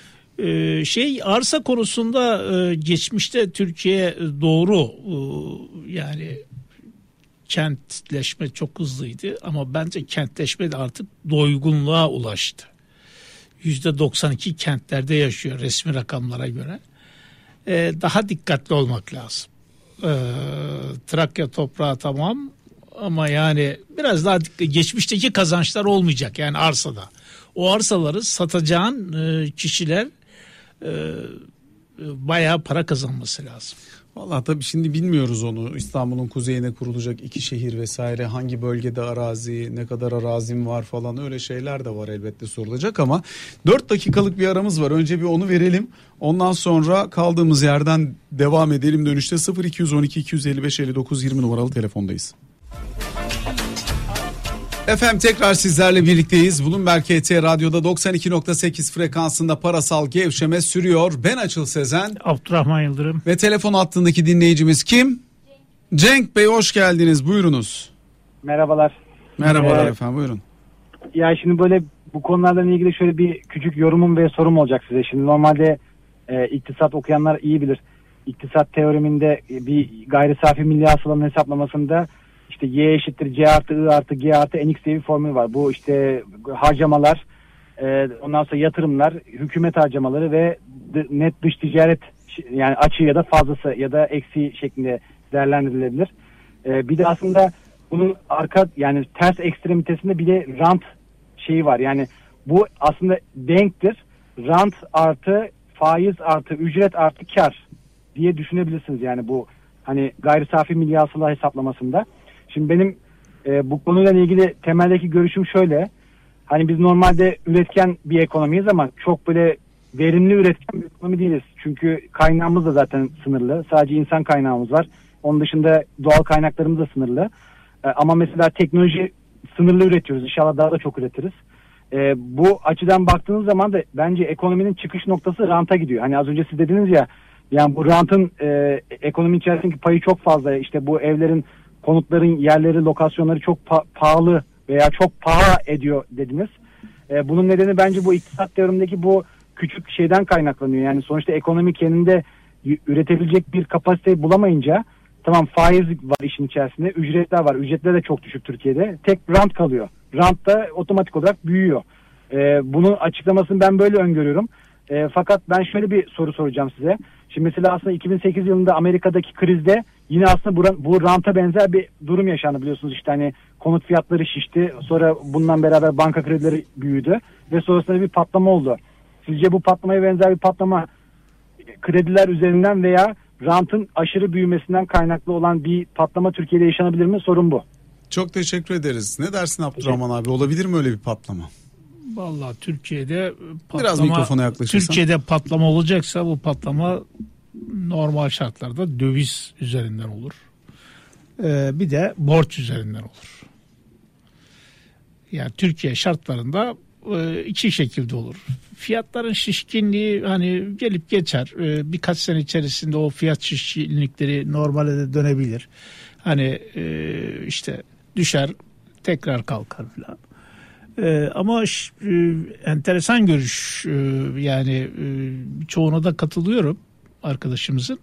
Arsa konusunda geçmişte Türkiye doğru yani kentleşme çok hızlıydı ama bence kentleşme de artık doygunluğa ulaştı. %92 kentlerde yaşıyor resmi rakamlara göre. Daha dikkatli olmak lazım. Trakya toprağı tamam ama yani biraz daha geçmişteki kazançlar olmayacak yani arsada. O arsaları satacağın kişiler bayağı para kazanması lazım. Vallahi tabii şimdi bilmiyoruz onu. İstanbul'un kuzeyine kurulacak 2 şehir vesaire, hangi bölgede arazi, ne kadar arazim var falan, öyle şeyler de var elbette sorulacak ama 4 dakikalık bir aramız var. Önce bir onu verelim. Ondan sonra kaldığımız yerden devam edelim. Dönüşte 0212 255 59 20 numaralı telefondayız. Efendim tekrar sizlerle birlikteyiz. Bloomberg KT Radyo'da 92.8 frekansında parasal gevşeme sürüyor. Ben Açıl Sezen. Abdurrahman Yıldırım. Ve telefon hattındaki dinleyicimiz kim? Cenk Bey, hoş geldiniz. Buyurunuz. Merhabalar. Merhabalar efendim, buyurun. Ya şimdi böyle bu konularla ilgili şöyle bir küçük yorumum ve sorum olacak size. Şimdi normalde iktisat okuyanlar iyi bilir. İktisat teoreminde bir gayri safi milli hasılanın hesaplamasında İşte Y eşittir C artı I artı G artı NX diye bir formül var. Bu işte harcamalar, ondan sonra yatırımlar, hükümet harcamaları ve net dış ticaret, yani açığı ya da fazlası ya da eksi şeklinde değerlendirilebilir. Bir de aslında bunun yani ters ekstremitesinde bir de rant şeyi var. Yani bu aslında denktir. Rant artı faiz artı ücret artı kar diye düşünebilirsiniz. Yani bu hani gayri safi milli hasıla hesaplamasında. Şimdi benim bu konuyla ilgili temeldeki görüşüm şöyle. Hani biz normalde üretken bir ekonomiyiz ama çok böyle verimli üretken bir ekonomi değiliz. Çünkü kaynağımız da zaten sınırlı. Sadece insan kaynağımız var. Onun dışında doğal kaynaklarımız da sınırlı. Ama mesela teknoloji sınırlı üretiyoruz. İnşallah daha da çok üretiriz. Bu açıdan baktığınız zaman da bence ekonominin çıkış noktası ranta gidiyor. Hani az önce siz dediniz ya, yani bu rantın ekonomi içerisindeki payı çok fazla. İşte bu evlerin, konutların yerleri, lokasyonları çok pahalı veya çok paha ediyor dediniz. Bunun nedeni bence bu iktisat teorimindeki bu küçük şeyden kaynaklanıyor. Yani sonuçta ekonomi kendinde üretebilecek bir kapasiteyi bulamayınca, tamam faiz var işin içerisinde, ücretler var. Ücretler de çok düşük Türkiye'de. Tek rant kalıyor. Rant da otomatik olarak büyüyor. Bunun açıklamasını ben böyle öngörüyorum. Fakat ben şöyle bir soru soracağım size. Şimdi mesela aslında 2008 yılında Amerika'daki krizde yine aslında bu ranta benzer bir durum yaşandı, biliyorsunuz. İşte hani konut fiyatları şişti. Sonra bundan beraber banka kredileri büyüdü. Ve sonrasında bir patlama oldu. Sizce bu patlamaya benzer bir patlama krediler üzerinden veya rantın aşırı büyümesinden kaynaklı olan bir patlama Türkiye'de yaşanabilir mi? Sorun bu. Çok teşekkür ederiz. Ne dersin Abdurrahman abi? Olabilir mi öyle bir patlama? Vallahi Türkiye'de patlama, Biraz mikrofona yaklaşırsan. Türkiye'de patlama olacaksa bu patlama normal şartlarda döviz üzerinden olur. Bir de borç üzerinden olur. Yani Türkiye şartlarında iki şekilde olur. Fiyatların şişkinliği hani gelip geçer. Birkaç sene içerisinde o fiyat şişkinlikleri normale de dönebilir. Hani işte düşer, tekrar kalkar falan. Ama enteresan görüş, yani çoğuna da katılıyorum arkadaşımızın.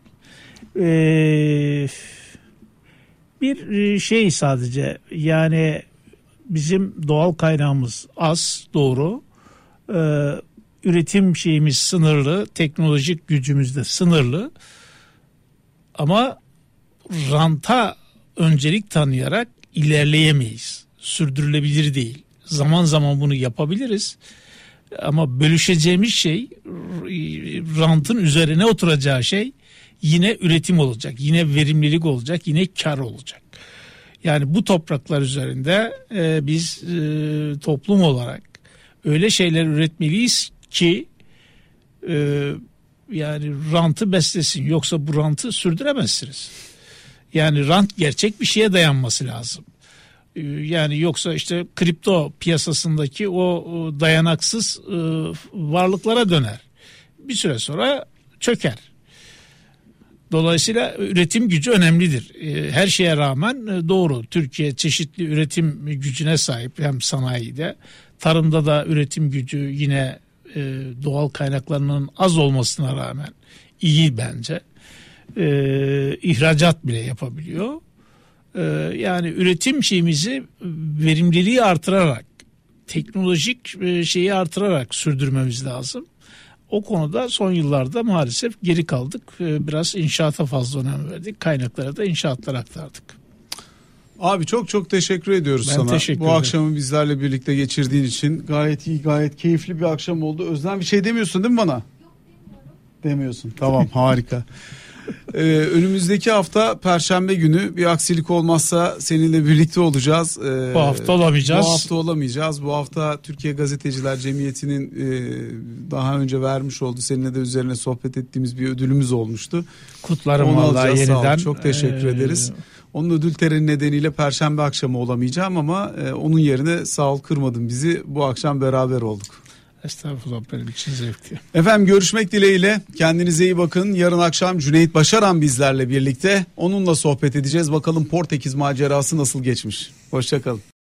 Bir şey sadece, yani bizim doğal kaynağımız az, doğru. Üretim şeyimiz sınırlı, teknolojik gücümüz de sınırlı. Ama ranta öncelik tanıyarak ilerleyemeyiz. Sürdürülebilir değil. Zaman zaman bunu yapabiliriz. Ama bölüşeceğimiz şey, rantın üzerine oturacağı şey yine üretim olacak. Yine verimlilik olacak. Yine kar olacak. Yani bu topraklar üzerinde biz toplum olarak öyle şeyler üretmeliyiz ki yani rantı beslesin. Yoksa bu rantı sürdüremezsiniz. Yani rant gerçek bir şeye dayanması lazım. Yani yoksa işte kripto piyasasındaki o dayanaksız varlıklara döner. Bir süre sonra çöker. Dolayısıyla üretim gücü önemlidir. Her şeye rağmen doğru, Türkiye çeşitli üretim gücüne sahip, hem sanayide, tarımda da üretim gücü yine doğal kaynaklarının az olmasına rağmen iyi bence. İhracat bile yapabiliyor. Yani üretim şeyimizi verimliliği artırarak, teknolojik şeyi artırarak sürdürmemiz lazım. O konuda son yıllarda maalesef geri kaldık. Biraz inşaata fazla önem verdik. Kaynaklara da inşaatlara aktardık. Abi çok çok teşekkür ediyoruz ben sana. Teşekkür Bu ederim. akşamı bizlerle birlikte geçirdiğin için gayet iyi, gayet keyifli bir akşam oldu. Özlem, bir şey demiyorsun değil mi bana? Yok, demiyorsun. Tamam, harika. Önümüzdeki hafta Perşembe günü bir aksilik olmazsa seninle birlikte olacağız. Bu hafta olamayacağız. Bu hafta olamayacağız. Bu hafta Türkiye Gazeteciler Cemiyeti'nin daha önce vermiş olduğu, seninle de üzerine sohbet ettiğimiz bir ödülümüz olmuştu. Kutlarım onu vallahi alacağız. yeniden. Çok teşekkür ederiz. Onun ödül töreni nedeniyle Perşembe akşamı olamayacağım ama onun yerine sağ ol, kırmadın bizi. Bu akşam beraber olduk. Estağfurullah, benim için zevkti. Efendim, görüşmek dileğiyle. Kendinize iyi bakın. Yarın akşam Cüneyt Başaran bizlerle birlikte. Onunla sohbet edeceğiz. Bakalım Portekiz macerası nasıl geçmiş. Hoşça kalın.